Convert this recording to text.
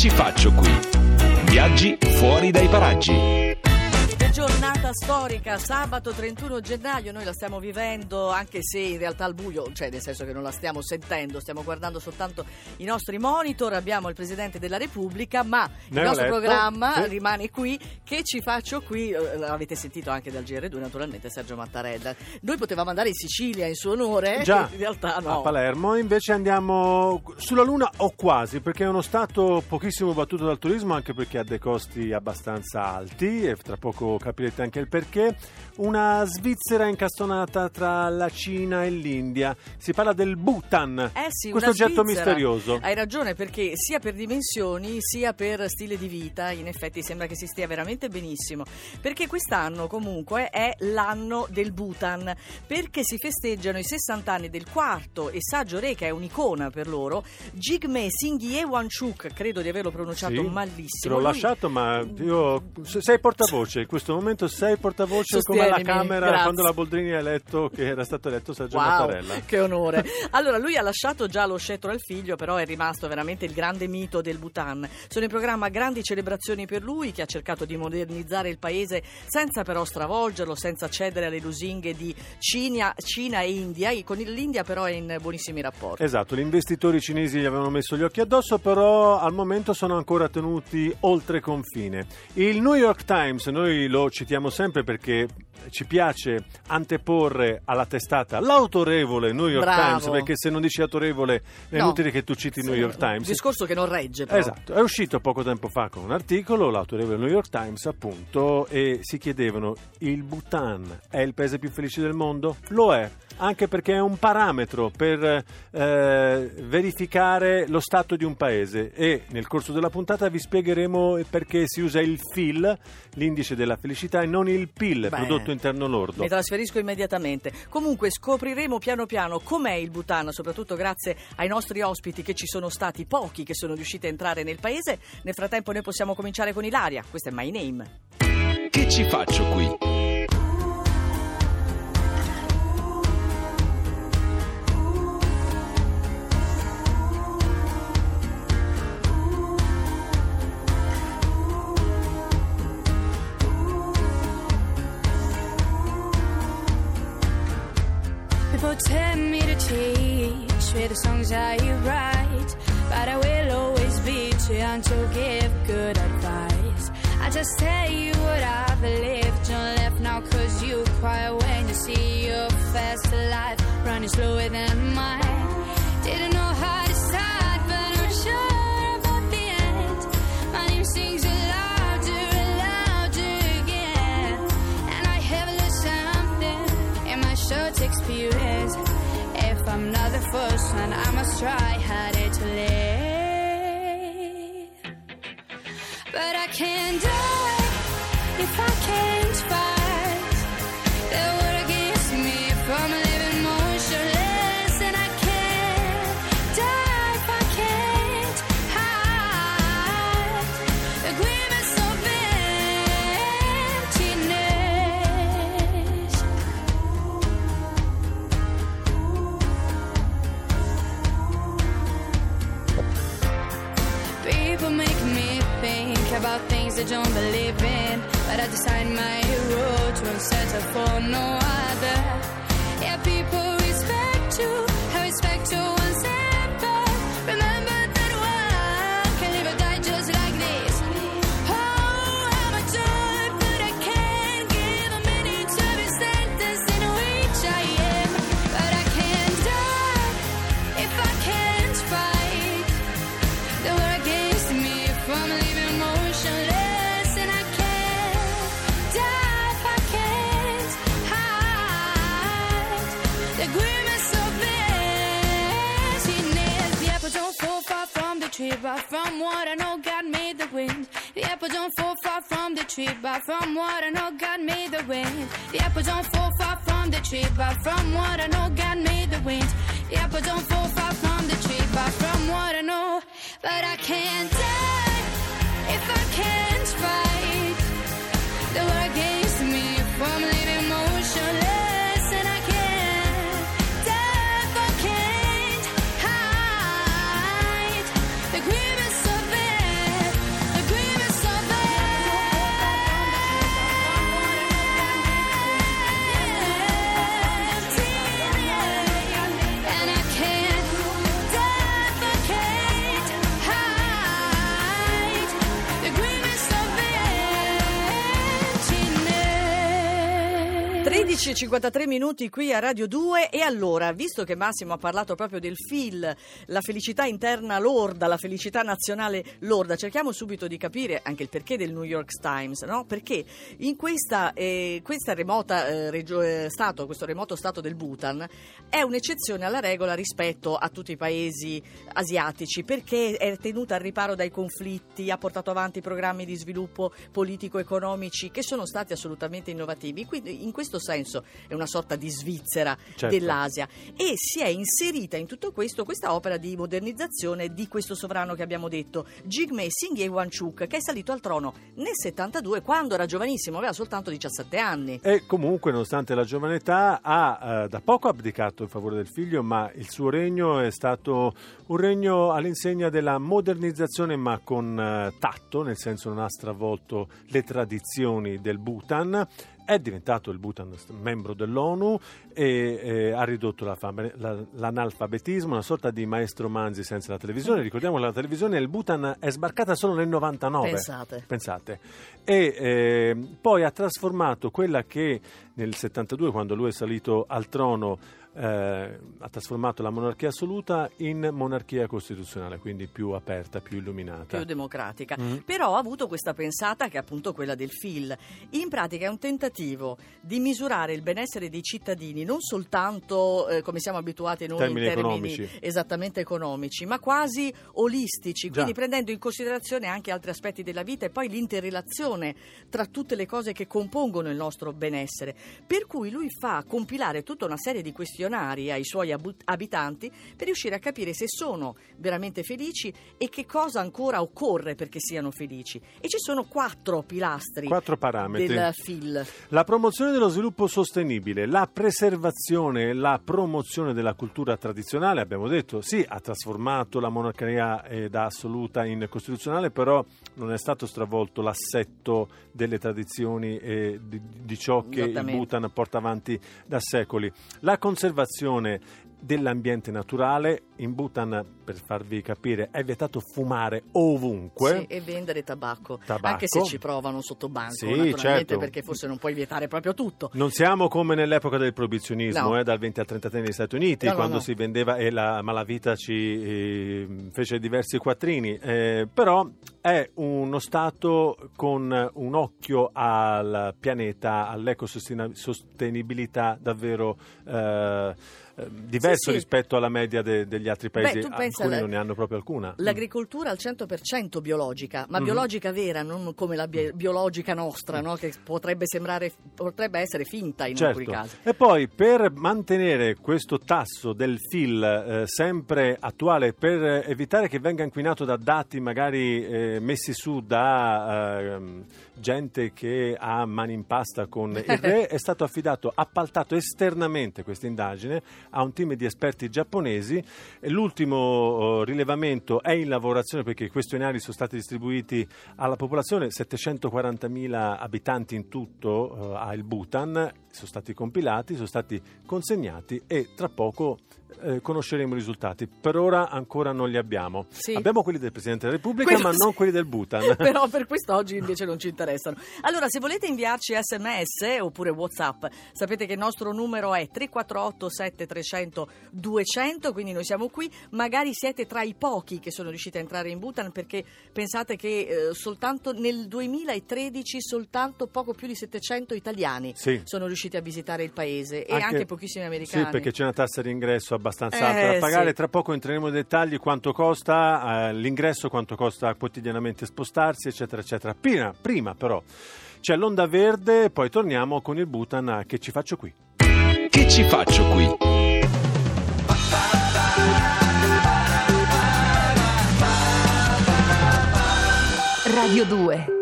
ci faccio qui? Viaggi fuori dai paraggi. Giornata storica, sabato 31 gennaio, noi la stiamo vivendo anche se in realtà al buio, cioè nel senso che non la stiamo sentendo, stiamo guardando soltanto i nostri monitor, abbiamo il Presidente della Repubblica, ma il nostro programma rimane qui. Che ci faccio qui? L'avete sentito anche dal GR2 naturalmente, Sergio Mattarella. Noi potevamo andare in Sicilia in suo onore, già, in realtà no. A Palermo, invece andiamo sulla Luna o quasi, perché è uno stato pochissimo battuto dal turismo, anche perché ha dei costi abbastanza alti e tra poco capirete anche il perché. Una Svizzera incastonata tra la Cina e l'India. Si parla del Bhutan, sì, questo oggetto misterioso. Hai ragione, perché sia per dimensioni sia per stile di vita in effetti sembra che si stia veramente benissimo, perché quest'anno comunque è l'anno del Bhutan, perché si festeggiano i 60 anni del quarto e saggio re, che è un'icona per loro, Jigme Singye Wangchuk. Credo di averlo pronunciato malissimo. Te l'ho lasciato, ma io sei portavoce in questo momento, sei portavoce come alla Camera, grazie. Quando la Boldrini ha eletto che era stato eletto Sergio Mattarella. Che onore. Allora, lui ha lasciato già lo scettro al figlio, però è rimasto veramente il grande mito del Bhutan. Sono in programma grandi celebrazioni per lui, che ha cercato di modernizzare il paese senza però stravolgerlo, senza cedere alle lusinghe di Cina e India. Con l'India però è in buonissimi rapporti. Esatto, gli investitori cinesi gli avevano messo gli occhi addosso, però al momento sono ancora tenuti oltre confine. Il New York Times, noi lo citiamo sempre perché ci piace anteporre alla testata l'autorevole New York Times, perché se non dici autorevole è inutile che tu citi New York Times. Un discorso che non regge però. Esatto, è uscito poco tempo fa con un articolo, l'autorevole New York Times appunto, e si chiedevano: il Bhutan è il paese più felice del mondo? Lo è, anche perché è un parametro per verificare lo stato di un paese, e nel corso della puntata vi spiegheremo perché si usa il PIL, l'indice della felicità, e non il PIL, prodotto interno lordo. Mi trasferisco immediatamente. Comunque scopriremo piano piano com'è il Bhutan, soprattutto grazie ai nostri ospiti, che ci sono stati pochi che sono riusciti a entrare nel paese. Nel frattempo noi possiamo cominciare con Ilaria. Questo è My Name. Che ci faccio qui? People tell me to teach with the songs I write, but I will always be too young to give good advice. I just tell you what I believe. Don't laugh now cause you cry when you see your fast life running slower than mine. Didn't know how to start, but I'm sure about the end. My name sings louder and louder again, and I have learned something in my short experience. If I'm not the first one, I must try harder to live. But I can't die if I can't fight the world against me from living motionless. And I can't die if I can't hide the grimace of emptiness. People make me think about things I don't believe in, but I decide my road to settle for no other. Yeah, people respect you, I respect you once and for. Remember that one can live or die just like this. Oh, I'm a joy, but I can't give a minute to every sentence in which I am. But I can't die if I can't fight the world against me from living motionless. And I can't die if I can't hide the grimace of emptiness. The apple don't fall far from the tree, but from what I know God made the wind. The apple don't fall far from the tree, but from what I know God made the wind. The apple don't fall far from the tree, but from what I know God made the wind. The apple don't fall far from the tree, but from what I know. But I can't die if I can't fight the world against me from living motionless. And I can't die if I can't hide the grimace of emptiness. 10:53 qui a Radio 2. E allora, visto che Massimo ha parlato proprio del FIL, la felicità interna lorda, la felicità nazionale lorda, cerchiamo subito di capire anche il perché del New York Times, no? Perché in questa remota stato, questo remoto stato del Bhutan è un'eccezione alla regola rispetto a tutti i paesi asiatici, perché è tenuta al riparo dai conflitti, ha portato avanti programmi di sviluppo politico-economici che sono stati assolutamente innovativi. Quindi in questo senso è una sorta di Svizzera dell'Asia, e si è inserita in tutto questo questa opera di modernizzazione di questo sovrano che abbiamo detto, Jigme Singye Wangchuk, che è salito al trono nel 72 quando era giovanissimo, aveva soltanto 17 anni. E comunque, nonostante la giovane età, ha da poco abdicato in favore del figlio, ma il suo regno è stato un regno all'insegna della modernizzazione, ma con tatto, nel senso non ha stravolto le tradizioni del Bhutan. È diventato il Bhutan membro dell'ONU e ha ridotto l'analfabetismo, una sorta di maestro Manzi senza la televisione. Ricordiamo che la televisione nel Bhutan è sbarcata solo nel 99. Pensate. E poi ha trasformato quella che nel 72, quando lui è salito al trono, ha trasformato la monarchia assoluta in monarchia costituzionale, quindi più aperta, più illuminata, più democratica. Però ha avuto questa pensata che è appunto quella del FIL. In pratica è un tentativo di misurare il benessere dei cittadini non soltanto come siamo abituati noi in termini economici, esattamente economici, ma quasi olistici, quindi prendendo in considerazione anche altri aspetti della vita e poi l'interrelazione tra tutte le cose che compongono il nostro benessere. Per cui lui fa compilare tutta una serie di questioni ai suoi abitanti per riuscire a capire se sono veramente felici e che cosa ancora occorre perché siano felici. E ci sono 4 pilastri, 4 parametri del FIL. La promozione dello sviluppo sostenibile, la preservazione e la promozione della cultura tradizionale. Abbiamo detto, sì, ha trasformato la monarchia da assoluta in costituzionale, però non è stato stravolto l'assetto delle tradizioni e di ciò che il Bhutan porta avanti da secoli. La conservazione dell'ambiente naturale. In Bhutan, per farvi capire, è vietato fumare ovunque. Sì, e vendere tabacco. Anche se ci provano sotto banco, sì, naturalmente, certo, perché forse non puoi vietare proprio tutto. Non siamo come nell'epoca del proibizionismo, dal 20 al 33 negli Stati Uniti, quando si vendeva, e la malavita ci fece diversi quattrini, però è uno Stato con un occhio al pianeta, all'ecosostenibilità davvero diverso rispetto alla media degli altri paesi. Alcuni non ne hanno proprio alcuna. L'agricoltura al 100% biologica, ma biologica vera, non come la biologica nostra, no? Che potrebbe essere finta in alcuni casi. E poi, per mantenere questo tasso del FIL sempre attuale, per evitare che venga inquinato da dati magari messi su da gente che ha mani in pasta con il re, è stato appaltato esternamente questa indagine a un team di esperti giapponesi. L'ultimo rilevamento è in lavorazione, perché i questionari sono stati distribuiti alla popolazione, 740.000 abitanti in tutto ha il Bhutan, sono stati compilati, sono stati consegnati e tra poco conosceremo i risultati. Per ora ancora non li abbiamo. Abbiamo quelli del Presidente della Repubblica, ma non quelli del Bhutan. Però per quest'oggi invece non ci interessano. Allora, se volete inviarci SMS oppure WhatsApp, sapete che il nostro numero è 348 7300 200, quindi noi siamo qui. Magari siete tra i pochi che sono riusciti a entrare in Bhutan, perché pensate che soltanto nel 2013 soltanto poco più di 700 italiani sono riusciti a visitare il paese, e anche pochissimi americani. Sì, perché c'è una tassa di ingresso abbastanza alta da pagare. Tra poco entreremo nei dettagli, quanto costa l'ingresso, quanto costa quotidianamente spostarsi, eccetera eccetera. Prima però c'è l'onda verde, poi torniamo con il Bhutan. Che ci faccio qui? Che ci faccio qui? Radio 2.